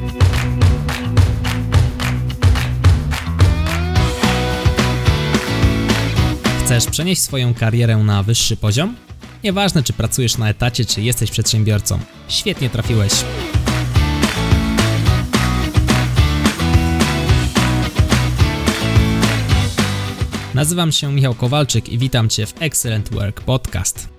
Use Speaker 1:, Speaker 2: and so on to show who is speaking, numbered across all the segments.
Speaker 1: Chcesz przenieść swoją karierę na wyższy poziom? Nieważne, czy pracujesz na etacie, czy jesteś przedsiębiorcą. Świetnie trafiłeś. Nazywam się Michał Kowalczyk i witam Cię w Excellent Work Podcast.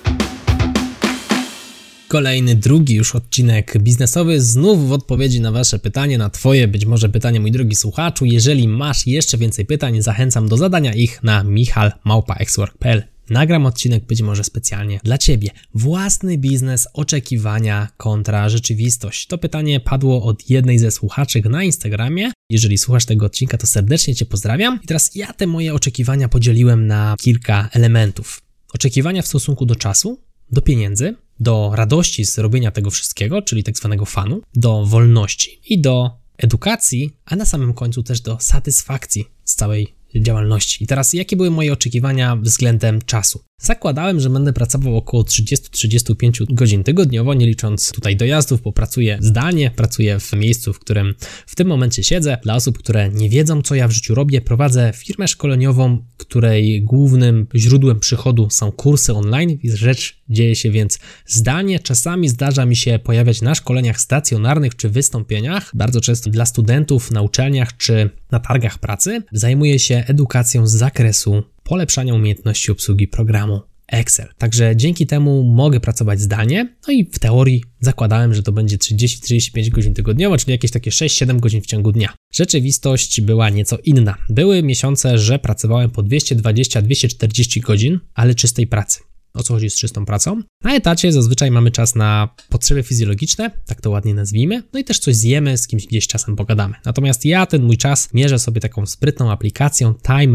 Speaker 1: Kolejny, drugi już odcinek biznesowy, znów w odpowiedzi na Wasze pytanie, na Twoje być może pytanie, mój drogi słuchaczu. Jeżeli masz jeszcze więcej pytań, zachęcam do zadania ich na michal@exwork.pl. Nagram odcinek być może specjalnie dla Ciebie. Własny biznes, oczekiwania kontra rzeczywistość. To pytanie padło od jednej ze słuchaczek na Instagramie. Jeżeli słuchasz tego odcinka, to serdecznie Cię pozdrawiam. I teraz ja te moje oczekiwania podzieliłem na kilka elementów. Oczekiwania w stosunku do czasu, do pieniędzy, do radości z robienia tego wszystkiego, czyli tak zwanego fanu, do wolności i do edukacji, a na samym końcu też do satysfakcji z całej działalności. I teraz jakie były moje oczekiwania względem czasu? Zakładałem, że będę pracował około 30-35 godzin tygodniowo, nie licząc tutaj dojazdów, bo pracuję zdalnie, pracuję w miejscu, w którym w tym momencie siedzę. Dla osób, które nie wiedzą, co ja w życiu robię, prowadzę firmę szkoleniową, której głównym źródłem przychodu są kursy online. Rzecz dzieje się więc zdalnie. Czasami zdarza mi się pojawiać na szkoleniach stacjonarnych czy wystąpieniach, bardzo często dla studentów na uczelniach czy na targach pracy. Zajmuję się edukacją z zakresu polepszania umiejętności obsługi programu Excel. Także dzięki temu mogę pracować zdalnie, no i w teorii zakładałem, że to będzie 30-35 godzin tygodniowo, czyli jakieś takie 6-7 godzin w ciągu dnia. Rzeczywistość była nieco inna. Były miesiące, że pracowałem po 220-240 godzin, ale czystej pracy. O co chodzi z czystą pracą? Na etacie zazwyczaj mamy czas na potrzeby fizjologiczne, tak to ładnie nazwijmy, no i też coś zjemy, z kimś gdzieś czasem pogadamy. Natomiast ja ten mój czas mierzę sobie taką sprytną aplikacją Time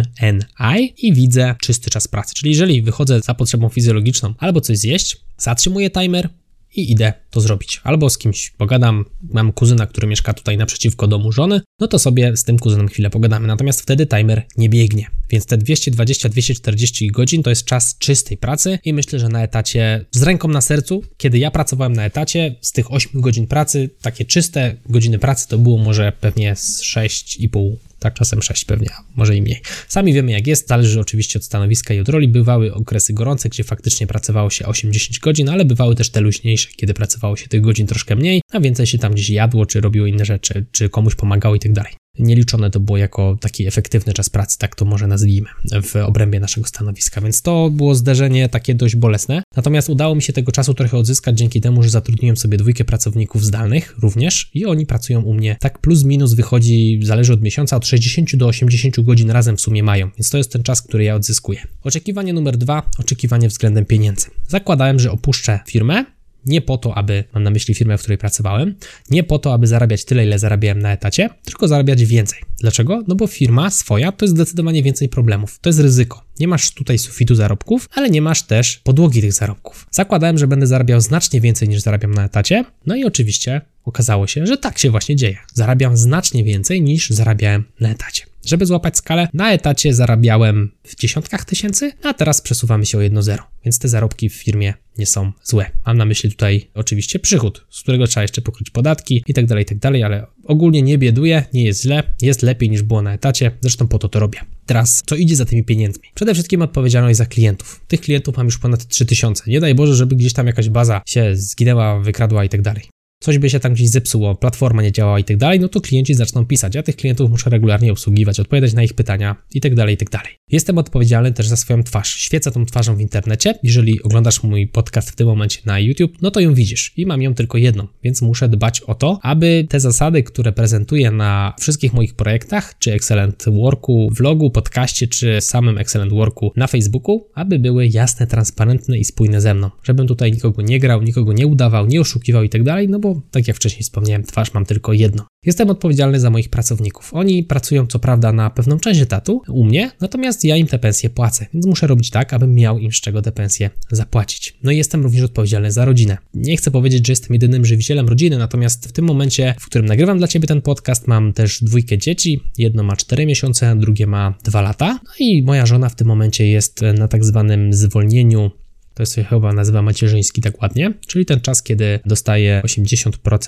Speaker 1: & I i widzę czysty czas pracy. Czyli jeżeli wychodzę za potrzebą fizjologiczną albo coś zjeść, zatrzymuję timer i idę to zrobić. Albo z kimś pogadam, mam kuzyna, który mieszka tutaj naprzeciwko domu żony, no to sobie z tym kuzynem chwilę pogadamy. Natomiast wtedy timer nie biegnie. Więc te 220-240 godzin to jest czas czystej pracy i myślę, że na etacie, z ręką na sercu, kiedy ja pracowałem na etacie, z tych 8 godzin pracy, takie czyste godziny pracy to było może pewnie z 6,5, tak czasem 6 pewnie, może i mniej. Sami wiemy jak jest, zależy oczywiście od stanowiska i od roli. Bywały okresy gorące, gdzie faktycznie pracowało się 8-10 godzin, ale bywały też te luźniejsze, kiedy pracowało się tych godzin troszkę mniej, a więcej się tam gdzieś jadło, czy robiło inne rzeczy, czy komuś pomagało i tak dalej. Nieliczone to było jako taki efektywny czas pracy, tak to może nazwijmy, w obrębie naszego stanowiska, więc to było zderzenie takie dość bolesne. Natomiast udało mi się tego czasu trochę odzyskać dzięki temu, że zatrudniłem sobie 2 pracowników zdalnych również i oni pracują u mnie, tak plus minus wychodzi, zależy od miesiąca, od 60 do 80 godzin razem w sumie mają, więc to jest ten czas, który ja odzyskuję. Oczekiwanie numer 2, oczekiwanie względem pieniędzy. Zakładałem, że opuszczę firmę, nie po to, aby, mam na myśli firmę, w której pracowałem, nie po to, aby zarabiać tyle, ile zarabiałem na etacie, tylko zarabiać więcej. Dlaczego? No bo firma swoja to jest zdecydowanie więcej problemów. To jest ryzyko. Nie masz tutaj sufitu zarobków, ale nie masz też podłogi tych zarobków. Zakładałem, że będę zarabiał znacznie więcej niż zarabiam na etacie, no i oczywiście okazało się, że tak się właśnie dzieje. Zarabiam znacznie więcej niż zarabiałem na etacie. Żeby złapać skalę, na etacie zarabiałem w dziesiątkach tysięcy, a teraz przesuwamy się o 1-0, więc te zarobki w firmie nie są złe. Mam na myśli tutaj oczywiście przychód, z którego trzeba jeszcze pokryć podatki i tak dalej, ale ogólnie nie bieduję, nie jest źle, jest lepiej niż było na etacie, zresztą po to robię. Teraz, co idzie za tymi pieniędzmi? Przede wszystkim odpowiedzialność za klientów. Tych klientów mam już ponad 3000. Nie daj Boże, żeby gdzieś tam jakaś baza się zginęła, wykradła i tak dalej. Coś by się tam gdzieś zepsuło, platforma nie działała i tak dalej, no to klienci zaczną pisać. Ja tych klientów muszę regularnie obsługiwać, odpowiadać na ich pytania i tak dalej, i tak dalej. Jestem odpowiedzialny też za swoją twarz. Świecę tą twarzą w internecie. Jeżeli oglądasz mój podcast w tym momencie na YouTube, no to ją widzisz i mam ją tylko jedną, więc muszę dbać o to, aby te zasady, które prezentuję na wszystkich moich projektach, czy Excellent Worku, vlogu, podcaście, czy samym Excellent Worku na Facebooku, aby były jasne, transparentne i spójne ze mną. Żebym tutaj nikogo nie grał, nikogo nie udawał, nie oszukiwał i tak dalej, no bo tak jak wcześniej wspomniałem, twarz mam tylko jedną. Jestem odpowiedzialny za moich pracowników. Oni pracują co prawda na pewną część etatu u mnie, natomiast ja im te pensje płacę, więc muszę robić tak, abym miał im z czego te pensje zapłacić. No i jestem również odpowiedzialny za rodzinę. Nie chcę powiedzieć, że jestem jedynym żywicielem rodziny, natomiast w tym momencie, w którym nagrywam dla Ciebie ten podcast, mam też 2 dzieci. Jedno ma 4 miesiące, drugie ma 2 lata. No i moja żona w tym momencie jest na tak zwanym zwolnieniu. To się chyba nazywa macierzyński tak ładnie, czyli ten czas, kiedy dostaje 80%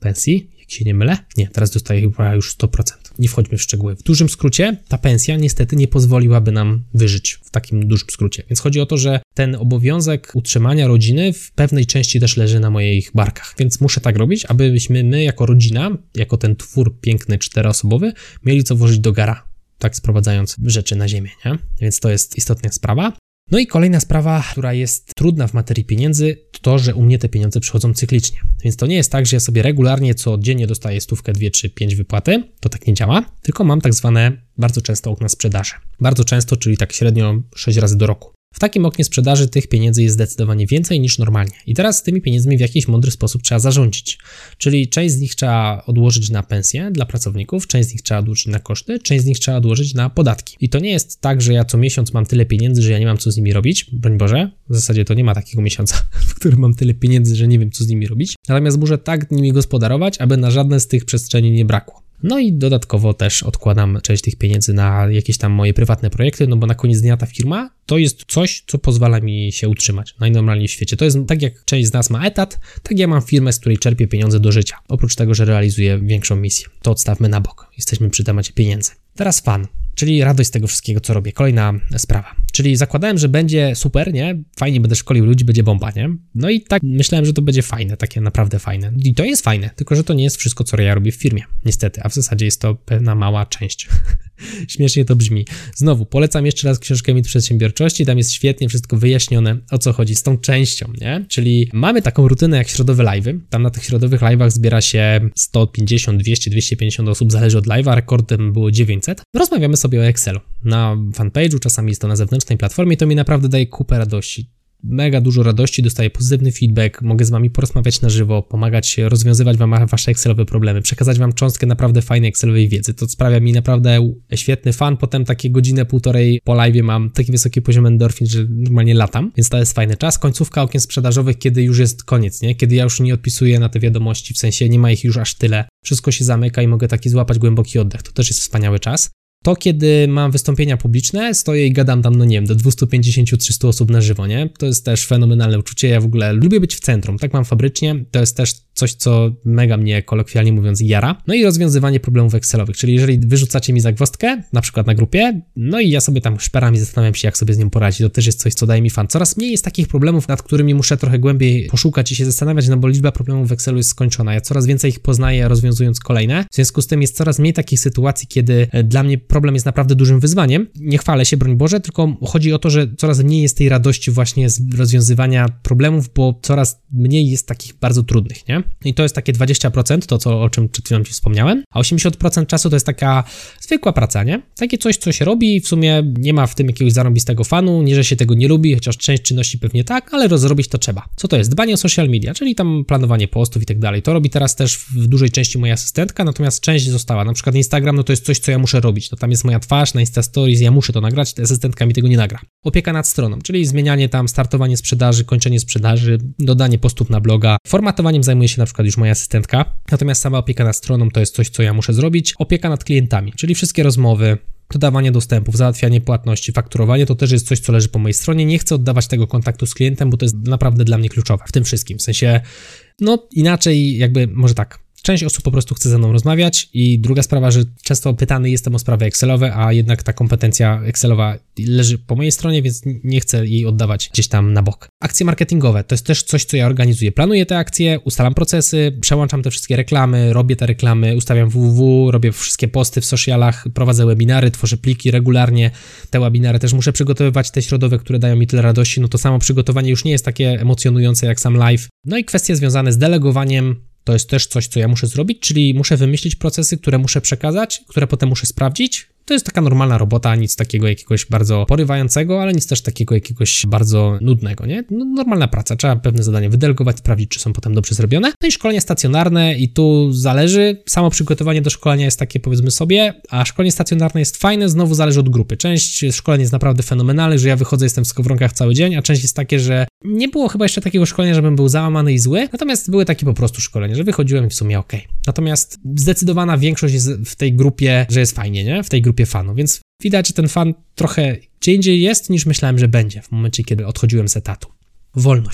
Speaker 1: pensji, jak się nie mylę. Nie, teraz dostaję chyba już 100%. Nie wchodźmy w szczegóły. W dużym skrócie ta pensja niestety nie pozwoliłaby nam wyżyć w takim dużym skrócie. Więc chodzi o to, że ten obowiązek utrzymania rodziny w pewnej części też leży na moich barkach. Więc muszę tak robić, abyśmy my jako rodzina, jako ten twór piękny 4-osobowy, mieli co włożyć do gara, tak sprowadzając rzeczy na ziemię, nie? Więc to jest istotna sprawa. No i kolejna sprawa, która jest trudna w materii pieniędzy, to, że u mnie te pieniądze przychodzą cyklicznie. Więc to nie jest tak, że ja sobie regularnie codziennie dostaję 100, 2 czy 5 wypłaty, to tak nie działa, tylko mam tak zwane bardzo często okna sprzedaży. Bardzo często, czyli tak średnio 6 razy do roku. W takim oknie sprzedaży tych pieniędzy jest zdecydowanie więcej niż normalnie. I teraz z tymi pieniędzmi w jakiś mądry sposób trzeba zarządzić. Czyli część z nich trzeba odłożyć na pensje dla pracowników, część z nich trzeba odłożyć na koszty, część z nich trzeba odłożyć na podatki. I to nie jest tak, że ja co miesiąc mam tyle pieniędzy, że ja nie mam co z nimi robić. Broń Boże, w zasadzie to nie ma takiego miesiąca, w którym mam tyle pieniędzy, że nie wiem co z nimi robić. Natomiast muszę tak nimi gospodarować, aby na żadne z tych przestrzeni nie brakło. No i dodatkowo też odkładam część tych pieniędzy na jakieś tam moje prywatne projekty, no bo na koniec dnia ta firma to jest coś, co pozwala mi się utrzymać najnormalniej w świecie. To jest tak, jak część z nas ma etat, tak ja mam firmę, z której czerpię pieniądze do życia. Oprócz tego, że realizuję większą misję. To odstawmy na bok. Jesteśmy przy temacie pieniędzy. Teraz fan, czyli radość z tego wszystkiego, co robię. Kolejna sprawa. Czyli zakładałem, że będzie super, nie? Fajnie będę szkolił ludzi, będzie bomba, nie? No i tak myślałem, że to będzie fajne, takie naprawdę fajne. I to jest fajne, tylko że to nie jest wszystko, co ja robię w firmie, niestety, a w zasadzie jest to pewna mała część. Śmiesznie to brzmi. Znowu, polecam jeszcze raz książkę Mit Przedsiębiorczości, tam jest świetnie wszystko wyjaśnione, o co chodzi z tą częścią, nie? Czyli mamy taką rutynę jak środowe live'y, tam na tych środowych live'ach zbiera się 150, 200, 250 osób, zależy od live'a, rekordem było 900. Rozmawiamy sobie o Excelu na fanpage'u, czasami jest to na zewnętrznej platformie i to mi naprawdę daje kupę radości. Mega dużo radości, dostaję pozytywny feedback, mogę z wami porozmawiać na żywo, pomagać rozwiązywać wam wasze Excelowe problemy, przekazać wam cząstkę naprawdę fajnej Excelowej wiedzy. To sprawia mi naprawdę świetny fan, potem takie godzinę, półtorej po live'ie mam taki wysoki poziom endorfin, że normalnie latam, więc to jest fajny czas. Końcówka okien sprzedażowych, kiedy już jest koniec, nie? Kiedy ja już nie odpisuję na te wiadomości, w sensie nie ma ich już aż tyle, wszystko się zamyka i mogę taki złapać głęboki oddech, to też jest wspaniały czas. To, kiedy mam wystąpienia publiczne, stoję i gadam tam, no nie wiem, do 250-300 osób na żywo, nie? To jest też fenomenalne uczucie, ja w ogóle lubię być w centrum, tak mam fabrycznie, to jest też coś, co mega mnie, kolokwialnie mówiąc, jara. No i rozwiązywanie problemów Excelowych, czyli jeżeli wyrzucacie mi zagwozdkę, na przykład na grupie, no i ja sobie tam szperam i zastanawiam się, jak sobie z nią poradzić, to też jest coś, co daje mi fan. Coraz mniej jest takich problemów, nad którymi muszę trochę głębiej poszukać i się zastanawiać, no bo liczba problemów w Excelu jest skończona. Ja coraz więcej ich poznaję, rozwiązując kolejne. W związku z tym jest coraz mniej takich sytuacji, kiedy dla mnie problem jest naprawdę dużym wyzwaniem. Nie chwalę się, broń Boże, tylko chodzi o to, że coraz mniej jest tej radości właśnie z rozwiązywania problemów, bo coraz mniej jest takich bardzo trudnych, nie? I to jest takie 20%, to o czym przed chwilą ci wspomniałem, a 80% czasu to jest taka zwykła praca, nie? Takie coś, co się robi, w sumie nie ma w tym jakiegoś zarąbistego fanu, nie, że się tego nie lubi, chociaż część czynności pewnie tak, ale rozrobić to trzeba. Co to jest? Dbanie o social media, czyli tam planowanie postów i tak dalej. To robi teraz też w dużej części moja asystentka, natomiast część została. Na przykład Instagram, no to jest coś, co ja muszę robić. No tam jest moja twarz na Insta Stories, ja muszę to nagrać, asystentka mi tego nie nagra. Opieka nad stroną, czyli zmienianie tam, startowanie sprzedaży, kończenie sprzedaży, dodanie postów na bloga. Formatowaniem zajmuje się na przykład już moja asystentka, natomiast sama opieka nad stroną to jest coś, co ja muszę zrobić. Opieka nad klientami, czyli wszystkie rozmowy, dodawanie dostępów, załatwianie płatności, fakturowanie, to też jest coś, co leży po mojej stronie. Nie chcę oddawać tego kontaktu z klientem, bo to jest naprawdę dla mnie kluczowe w tym wszystkim. W sensie, no inaczej jakby, może tak, część osób po prostu chce ze mną rozmawiać i druga sprawa, że często pytany jestem o sprawy Excelowe, a jednak ta kompetencja Excelowa leży po mojej stronie, więc nie chcę jej oddawać gdzieś tam na bok. Akcje marketingowe to jest też coś, co ja organizuję. Planuję te akcje, ustalam procesy, przełączam te wszystkie reklamy, robię te reklamy, ustawiam www, robię wszystkie posty w socialach, prowadzę webinary, tworzę pliki regularnie. Te webinary też muszę przygotowywać, te środowe, które dają mi tyle radości, no to samo przygotowanie już nie jest takie emocjonujące jak sam live. No i kwestie związane z delegowaniem, to jest też coś, co ja muszę zrobić, czyli muszę wymyślić procesy, które muszę przekazać, które potem muszę sprawdzić. To jest taka normalna robota, nic takiego jakiegoś bardzo porywającego, ale nic też takiego jakiegoś bardzo nudnego, nie? No, normalna praca, trzeba pewne zadania wydelegować, sprawdzić, czy są potem dobrze zrobione. No i szkolenie stacjonarne i tu zależy, samo przygotowanie do szkolenia jest takie, powiedzmy sobie, a szkolenie stacjonarne jest fajne, znowu zależy od grupy. Część szkoleń jest naprawdę fenomenalnych, że ja wychodzę, jestem w skowronkach cały dzień, a część jest takie, że nie było chyba jeszcze takiego szkolenia, żebym był załamany i zły, natomiast były takie po prostu szkolenia, że wychodziłem i w sumie okej. Natomiast zdecydowana większość jest w tej grupie, że jest fajnie, nie? W tej grupie fanów, więc widać, że ten fan trochę gdzie indziej jest, niż myślałem, że będzie w momencie, kiedy odchodziłem z etatu. Wolność.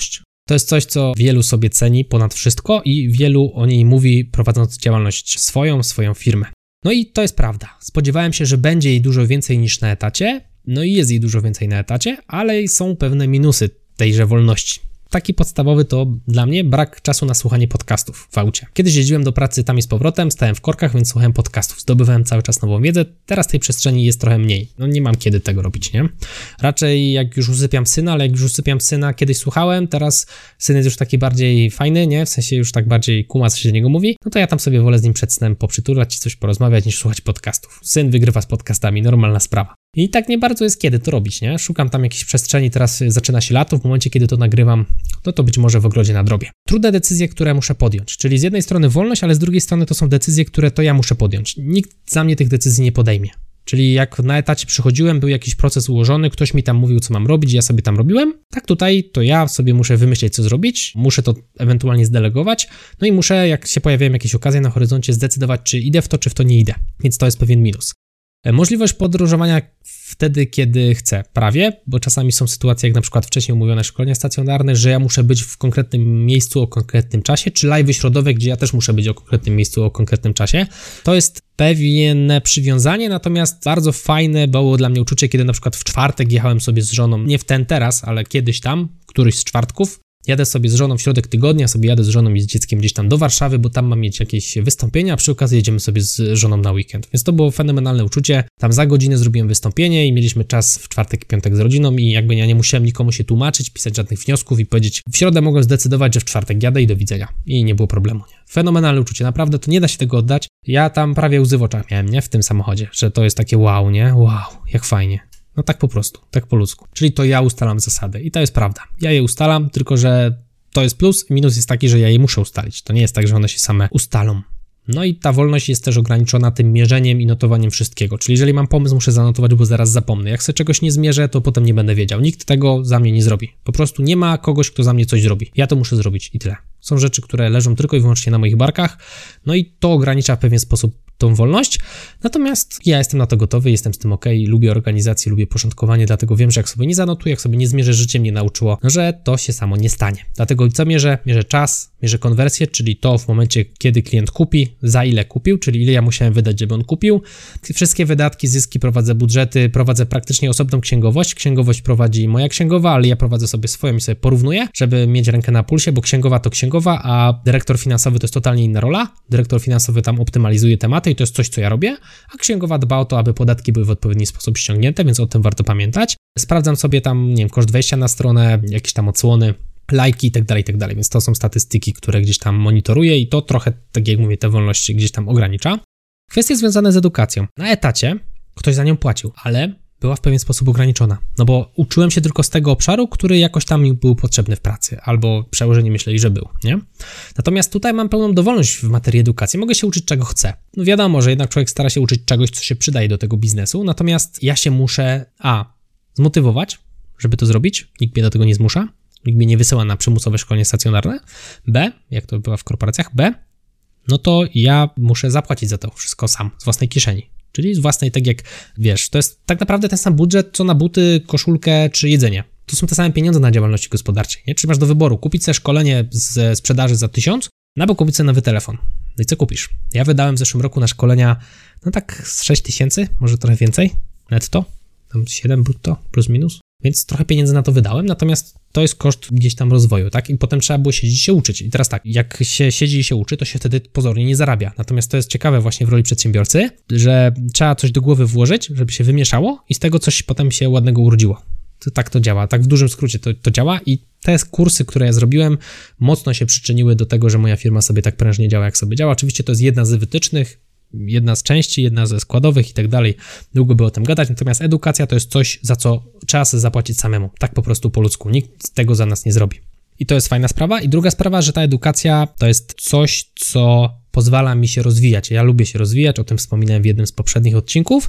Speaker 1: To jest coś, co wielu sobie ceni ponad wszystko i wielu o niej mówi, prowadząc działalność swoją firmę. No i to jest prawda. Spodziewałem się, że będzie jej dużo więcej niż na etacie, no i jest jej dużo więcej na etacie, ale są pewne minusy tejże wolności. Taki podstawowy to dla mnie brak czasu na słuchanie podcastów w aucie. Kiedyś jeździłem do pracy tam i z powrotem, stałem w korkach, więc słuchałem podcastów, zdobywałem cały czas nową wiedzę, teraz tej przestrzeni jest trochę mniej. No nie mam kiedy tego robić, nie? Raczej jak już usypiam syna, ale jak już usypiam syna, kiedyś słuchałem, teraz syn jest już taki bardziej fajny, nie? W sensie już tak bardziej kuma, co się do niego mówi, no to ja tam sobie wolę z nim przed snem poprzytulać, coś porozmawiać, niż słuchać podcastów. Syn wygrywa z podcastami, normalna sprawa. I tak nie bardzo jest kiedy to robić, nie? Szukam tam jakiejś przestrzeni, teraz zaczyna się lato, w momencie kiedy to nagrywam, to być może w ogrodzie na drobie. Trudne decyzje, które muszę podjąć, czyli z jednej strony wolność, ale z drugiej strony to są decyzje, które to ja muszę podjąć. Nikt za mnie tych decyzji nie podejmie. Czyli jak na etacie przychodziłem, był jakiś proces ułożony, ktoś mi tam mówił, co mam robić, ja sobie tam robiłem. Tak tutaj to ja sobie muszę wymyśleć, co zrobić, muszę to ewentualnie zdelegować, no i muszę, jak się pojawiają jakieś okazje na horyzoncie, zdecydować, czy idę w to, czy w to nie idę. Więc to jest pewien minus. Możliwość podróżowania wtedy, kiedy chcę, prawie, bo czasami są sytuacje, jak na przykład wcześniej omówione szkolenia stacjonarne, że ja muszę być w konkretnym miejscu o konkretnym czasie, czy live'y środowe, gdzie ja też muszę być o konkretnym miejscu o konkretnym czasie. To jest pewne przywiązanie, natomiast bardzo fajne było dla mnie uczucie, kiedy na przykład w czwartek jechałem sobie z żoną, nie w ten teraz, ale kiedyś tam, któryś z czwartków, jadę sobie z żoną w środek tygodnia, sobie jadę z żoną i z dzieckiem gdzieś tam do Warszawy, bo tam mam mieć jakieś wystąpienia, a przy okazji jedziemy sobie z żoną na weekend. Więc to było fenomenalne uczucie. Tam za godzinę zrobiłem wystąpienie i mieliśmy czas w czwartek i piątek z rodziną i jakby ja nie musiałem nikomu się tłumaczyć, pisać żadnych wniosków i powiedzieć, w środę mogłem zdecydować, że w czwartek jadę i do widzenia. I nie było problemu, nie? Fenomenalne uczucie, naprawdę, to nie da się tego oddać. Ja tam prawie łzy w oczach miałem, nie? W tym samochodzie, że to jest takie wow, nie? Wow, jak fajnie. No tak po prostu, tak po ludzku. Czyli to ja ustalam zasady i to jest prawda. Ja je ustalam, tylko że to jest plus, minus jest taki, że ja je muszę ustalić. To nie jest tak, że one się same ustalą. No i ta wolność jest też ograniczona tym mierzeniem i notowaniem wszystkiego. Czyli jeżeli mam pomysł, muszę zanotować, bo zaraz zapomnę. Jak sobie czegoś nie zmierzę, to potem nie będę wiedział. Nikt tego za mnie nie zrobi. Po prostu nie ma kogoś, kto za mnie coś zrobi. Ja to muszę zrobić i tyle. Są rzeczy, które leżą tylko i wyłącznie na moich barkach, no i to ogranicza w pewien sposób tą wolność, natomiast ja jestem na to gotowy, jestem z tym okej, lubię organizację, lubię porządkowanie, dlatego wiem, że jak sobie nie zanotuję, jak sobie nie zmierzę, życie mnie nauczyło, że to się samo nie stanie. Dlatego co mierzę? Mierzę czas, mierzę konwersję, czyli to w momencie, kiedy klient kupi, za ile kupił, czyli ile ja musiałem wydać, żeby on kupił. Wszystkie wydatki, zyski, prowadzę budżety, prowadzę praktycznie osobną księgowość. Księgowość prowadzi moja księgowa, ale ja prowadzę sobie swoją i sobie porównuję, żeby mieć rękę na pulsie, bo księgowa to księgowa, a dyrektor finansowy to jest totalnie inna rola. Dyrektor finansowy tam optymalizuje tematy i to jest coś, co ja robię, a księgowa dba o to, aby podatki były w odpowiedni sposób ściągnięte, więc o tym warto pamiętać. Sprawdzam sobie tam, nie wiem, koszt wejścia na stronę, jakieś tam odsłony, lajki i tak dalej, więc to są statystyki, które gdzieś tam monitoruję i to trochę, tak jak mówię, te wolności gdzieś tam ogranicza. Kwestie związane z edukacją. Na etacie ktoś za nią płacił, ale była w pewien sposób ograniczona, no bo uczyłem się tylko z tego obszaru, który jakoś tam mi był potrzebny w pracy, albo przełożeni myśleli, że był, nie? Natomiast tutaj mam pełną dowolność w materii edukacji, mogę się uczyć czego chcę. No wiadomo, że jednak człowiek stara się uczyć czegoś, co się przydaje do tego biznesu, natomiast ja się muszę zmotywować, żeby to zrobić, nikt mnie do tego nie zmusza, nikt mnie nie wysyła na przymusowe szkolenie stacjonarne, B, jak to bywa w korporacjach, B, no to ja muszę zapłacić za to wszystko sam, z własnej kieszeni. Czyli z własnej, tak jak wiesz, to jest tak naprawdę ten sam budżet, co na buty, koszulkę czy jedzenie. To są te same pieniądze na działalności gospodarczej, nie? Czy masz do wyboru kupić sobie szkolenie ze sprzedaży za 1000, albo kupić sobie nowy telefon. No i co kupisz? Ja wydałem w zeszłym roku na szkolenia, no tak z 6000, może trochę więcej, netto, tam 7 brutto, plus minus. Więc trochę pieniędzy na to wydałem, natomiast to jest koszt gdzieś tam rozwoju, tak? I potem trzeba było siedzieć i się uczyć. I teraz tak, jak się siedzi i się uczy, to się wtedy pozornie nie zarabia. Natomiast to jest ciekawe właśnie w roli przedsiębiorcy, że trzeba coś do głowy włożyć, żeby się wymieszało i z tego coś potem się ładnego urodziło. Tak to działa, tak w dużym skrócie to działa i te kursy, które ja zrobiłem, mocno się przyczyniły do tego, że moja firma sobie tak prężnie działa, jak sobie działa. Oczywiście to jest jedna z wytycznych, jedna z części, jedna ze składowych i tak dalej. Długo by o tym gadać, natomiast edukacja to jest coś, za co trzeba sobie zapłacić samemu. Tak po prostu po ludzku. Nikt tego za nas nie zrobi. I to jest fajna sprawa. I druga sprawa, że ta edukacja to jest coś, co pozwala mi się rozwijać. Ja lubię się rozwijać, o tym wspominałem w jednym z poprzednich odcinków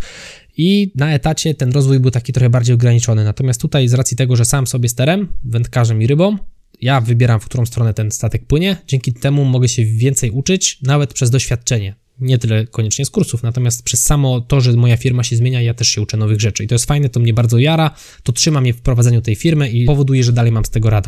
Speaker 1: i na etacie ten rozwój był taki trochę bardziej ograniczony. Natomiast tutaj z racji tego, że sam sobie sterem, wędkarzem i rybą, ja wybieram, w którą stronę ten statek płynie. Dzięki temu mogę się więcej uczyć, nawet przez doświadczenie. Nie tyle koniecznie z kursów, natomiast przez samo to, że moja firma się zmienia, ja też się uczę nowych rzeczy. I to jest fajne, to mnie bardzo jara, to trzyma mnie w prowadzeniu tej firmy i powoduje, że dalej mam z tego radość.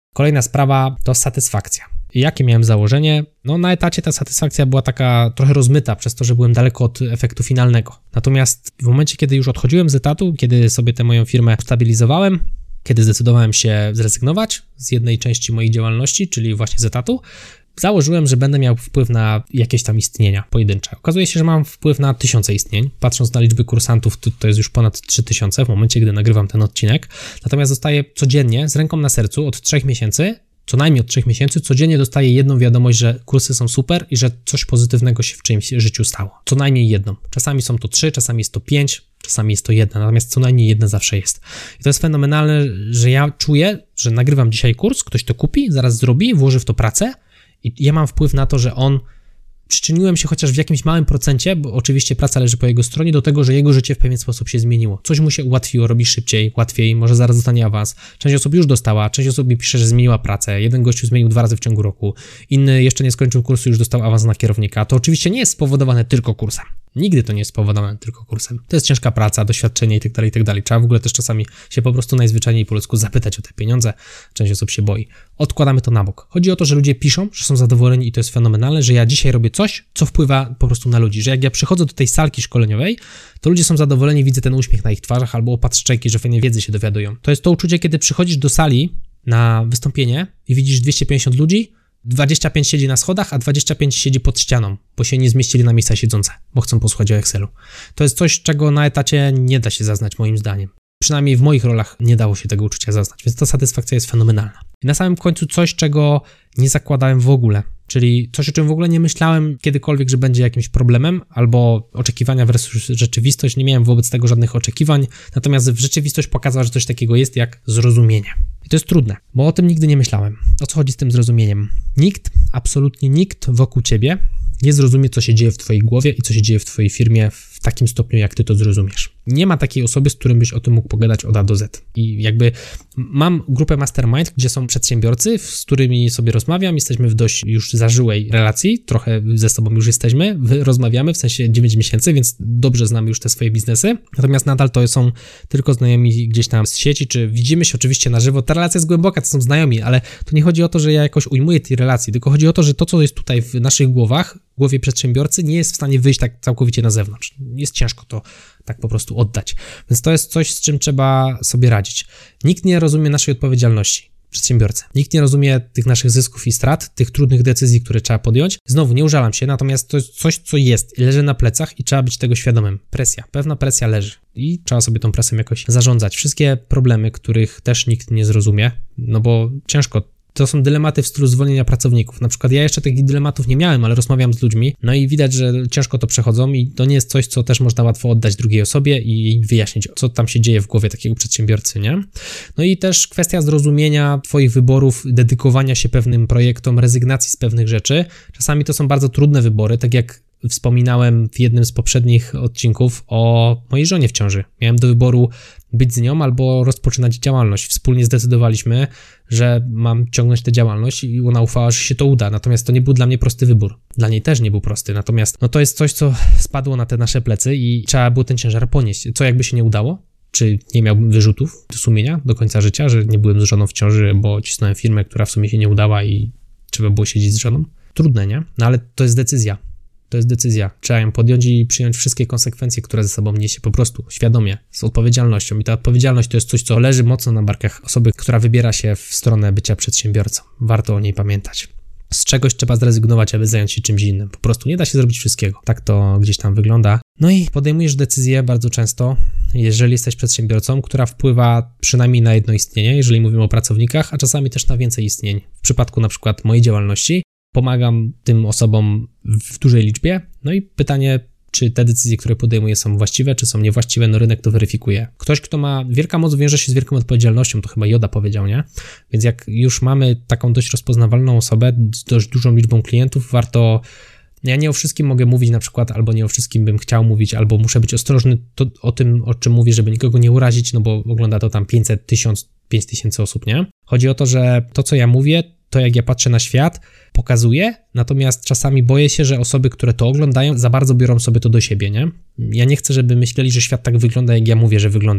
Speaker 1: Kolejna sprawa to satysfakcja. Jakie miałem założenie? Na etacie ta satysfakcja była taka trochę rozmyta przez to, że byłem daleko od efektu finalnego. Natomiast w momencie, kiedy już odchodziłem z etatu, kiedy sobie tę moją firmę stabilizowałem, kiedy zdecydowałem się zrezygnować z jednej części mojej działalności, czyli właśnie z etatu, założyłem, że będę miał wpływ na jakieś tam istnienia pojedyncze. Okazuje się, że mam wpływ na 1000 istnień. Patrząc na liczby kursantów, to jest już ponad 3000 w momencie, gdy nagrywam ten odcinek. Natomiast dostaję codziennie, z ręką na sercu, od 3 miesięcy, co najmniej od 3 miesięcy, codziennie dostaję jedną wiadomość, że kursy są super i że coś pozytywnego się w czyimś życiu stało. Co najmniej jedną. Czasami są to 3, czasami jest to 5, czasami jest to 1, natomiast co najmniej jedna zawsze jest. I to jest fenomenalne, że ja czuję, że nagrywam dzisiaj kurs, ktoś to kupi, zaraz zrobi, włoży w to pracę i ja mam wpływ na to, że przyczyniłem się chociaż w jakimś małym procencie, bo oczywiście praca leży po jego stronie, do tego, że jego życie w pewien sposób się zmieniło. Coś mu się ułatwiło, robi szybciej, łatwiej, może zaraz dostanie awans. Część osób już dostała, część osób mi pisze, że zmieniła pracę. Jeden gościu zmienił 2 razy w ciągu roku, inny jeszcze nie skończył kursu, już dostał awans na kierownika. To oczywiście nie jest spowodowane tylko kursem. Nigdy to nie jest spowodowane tylko kursem. To jest ciężka praca, doświadczenie itd., itd. Trzeba w ogóle też czasami się po prostu najzwyczajniej po ludzku zapytać o te pieniądze. Część osób się boi. Odkładamy to na bok. Chodzi o to, że ludzie piszą, że są zadowoleni i to jest fenomenalne, że ja dzisiaj robię coś, co wpływa po prostu na ludzi. Że jak ja przychodzę do tej salki szkoleniowej, to ludzie są zadowoleni, widzę ten uśmiech na ich twarzach albo opatrzczeki, że fajnej wiedzy się dowiadują. To jest to uczucie, kiedy przychodzisz do sali na wystąpienie i widzisz 250 ludzi, 25 siedzi na schodach, a 25 siedzi pod ścianą, bo się nie zmieścili na miejsca siedzące, bo chcą posłuchać o Excelu. To jest coś, czego na etacie nie da się zaznać moim zdaniem. Przynajmniej w moich rolach nie dało się tego uczucia zaznać, więc ta satysfakcja jest fenomenalna. I na samym końcu coś, czego nie zakładałem w ogóle, czyli coś, o czym w ogóle nie myślałem kiedykolwiek, że będzie jakimś problemem, albo oczekiwania versus rzeczywistość, nie miałem wobec tego żadnych oczekiwań, natomiast rzeczywistość pokazała, że coś takiego jest jak zrozumienie. I to jest trudne, bo o tym nigdy nie myślałem. O co chodzi z tym zrozumieniem? Nikt, absolutnie nikt wokół ciebie nie zrozumie, co się dzieje w twojej głowie i co się dzieje w twojej firmie w takim stopniu, jak ty to zrozumiesz. Nie ma takiej osoby, z którym byś o tym mógł pogadać od A do Z. I jakby mam grupę Mastermind, gdzie są przedsiębiorcy, z którymi sobie rozmawiam, jesteśmy w dość już zażyłej relacji, trochę ze sobą już jesteśmy, rozmawiamy w sensie 9 miesięcy, więc dobrze znamy już te swoje biznesy, natomiast nadal to są tylko znajomi gdzieś tam z sieci, czy widzimy się oczywiście na żywo. Ta relacja jest głęboka, to są znajomi, ale to nie chodzi o to, że ja jakoś ujmuję tej relacji, tylko chodzi o to, że to, co jest tutaj w naszych głowach, w głowie przedsiębiorcy, nie jest w stanie wyjść tak całkowicie na zewnątrz. Jest ciężko to tak po prostu oddać. Więc to jest coś, z czym trzeba sobie radzić. Nikt nie rozumie naszej odpowiedzialności, przedsiębiorcy. Nikt nie rozumie tych naszych zysków i strat, tych trudnych decyzji, które trzeba podjąć. Znowu, nie użalam się, natomiast to jest coś, co jest i leży na plecach i trzeba być tego świadomym. Presja, pewna presja leży i trzeba sobie tą presją jakoś zarządzać. Wszystkie problemy, których też nikt nie zrozumie, no bo ciężko. To są dylematy w stylu zwolnienia pracowników. Na przykład ja jeszcze takich dylematów nie miałem, ale rozmawiam z ludźmi, no i widać, że ciężko to przechodzą i to nie jest coś, co też można łatwo oddać drugiej osobie i wyjaśnić, co tam się dzieje w głowie takiego przedsiębiorcy, nie? No i też kwestia zrozumienia twoich wyborów, dedykowania się pewnym projektom, rezygnacji z pewnych rzeczy. Czasami to są bardzo trudne wybory, tak jak wspominałem w jednym z poprzednich odcinków o mojej żonie w ciąży. Miałem do wyboru być z nią albo rozpoczynać działalność. Wspólnie zdecydowaliśmy, że mam ciągnąć tę działalność i ona ufała, że się to uda. Natomiast to nie był dla mnie prosty wybór. Dla niej też nie był prosty. Natomiast to jest coś, co spadło na te nasze plecy i trzeba było ten ciężar ponieść. Co jakby się nie udało? Czy nie miałbym wyrzutów do sumienia do końca życia, że nie byłem z żoną w ciąży, bo cisnąłem firmę, która w sumie się nie udała i trzeba było siedzieć z żoną? Trudne, nie? No ale to jest decyzja. To jest decyzja. Trzeba ją podjąć i przyjąć wszystkie konsekwencje, które ze sobą niesie po prostu, świadomie, z odpowiedzialnością. I ta odpowiedzialność to jest coś, co leży mocno na barkach osoby, która wybiera się w stronę bycia przedsiębiorcą. Warto o niej pamiętać. Z czegoś trzeba zrezygnować, aby zająć się czymś innym. Po prostu nie da się zrobić wszystkiego. Tak to gdzieś tam wygląda. No i podejmujesz decyzję bardzo często, jeżeli jesteś przedsiębiorcą, która wpływa przynajmniej na jedno istnienie, jeżeli mówimy o pracownikach, a czasami też na więcej istnień. W przypadku na przykład mojej działalności pomagam tym osobom w dużej liczbie. No i pytanie, czy te decyzje, które podejmuję, są właściwe, czy są niewłaściwe, no rynek to weryfikuje. Ktoś, kto ma wielka moc, wiąże się z wielką odpowiedzialnością, to chyba Joda powiedział, nie? Więc jak już mamy taką dość rozpoznawalną osobę z dość dużą liczbą klientów, warto... Ja nie o wszystkim mogę mówić na przykład, albo nie o wszystkim bym chciał mówić, albo muszę być ostrożny o tym, o czym mówię, żeby nikogo nie urazić, no bo ogląda to tam 500, 1000, 5000 osób, nie? Chodzi o to, że to, co ja mówię, to jak ja patrzę na świat, pokazuję, natomiast czasami boję się, że osoby, które to oglądają, za bardzo biorą sobie to do siebie, nie? Ja nie chcę, żeby myśleli, że świat tak wygląda, jak ja mówię, że wygląda.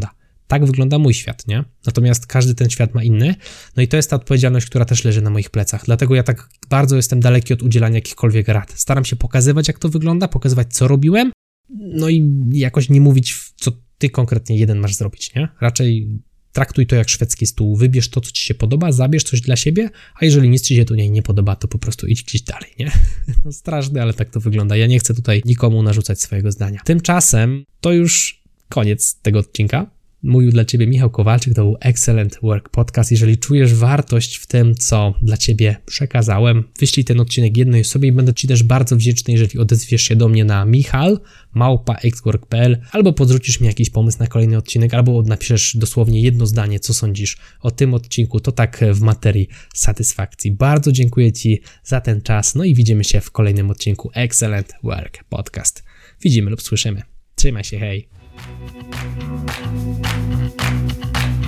Speaker 1: Tak wygląda mój świat, nie? Natomiast każdy ten świat ma inny. No i to jest ta odpowiedzialność, która też leży na moich plecach. Dlatego ja tak bardzo jestem daleki od udzielania jakichkolwiek rad. Staram się pokazywać, jak to wygląda, pokazywać, co robiłem, no i jakoś nie mówić, co ty konkretnie jeden masz zrobić, nie? Raczej traktuj to jak szwedzki stół. Wybierz to, co ci się podoba, zabierz coś dla siebie, a jeżeli nic ci się tu nie podoba, to po prostu idź gdzieś dalej, nie? No straszne, ale tak to wygląda. Ja nie chcę tutaj nikomu narzucać swojego zdania. Tymczasem to już koniec tego odcinka. Mówił dla ciebie Michał Kowalczyk, to był Excellent Work Podcast. Jeżeli czujesz wartość w tym, co dla ciebie przekazałem, wyślij ten odcinek jednej osobie i będę ci też bardzo wdzięczny, jeżeli odezwiesz się do mnie na michal@xwork.pl albo podrzucisz mi jakiś pomysł na kolejny odcinek, albo napiszesz dosłownie jedno zdanie, co sądzisz o tym odcinku, to tak w materii satysfakcji. Bardzo dziękuję ci za ten czas, no i widzimy się w kolejnym odcinku Excellent Work Podcast. Widzimy lub słyszymy. Trzymaj się, hej!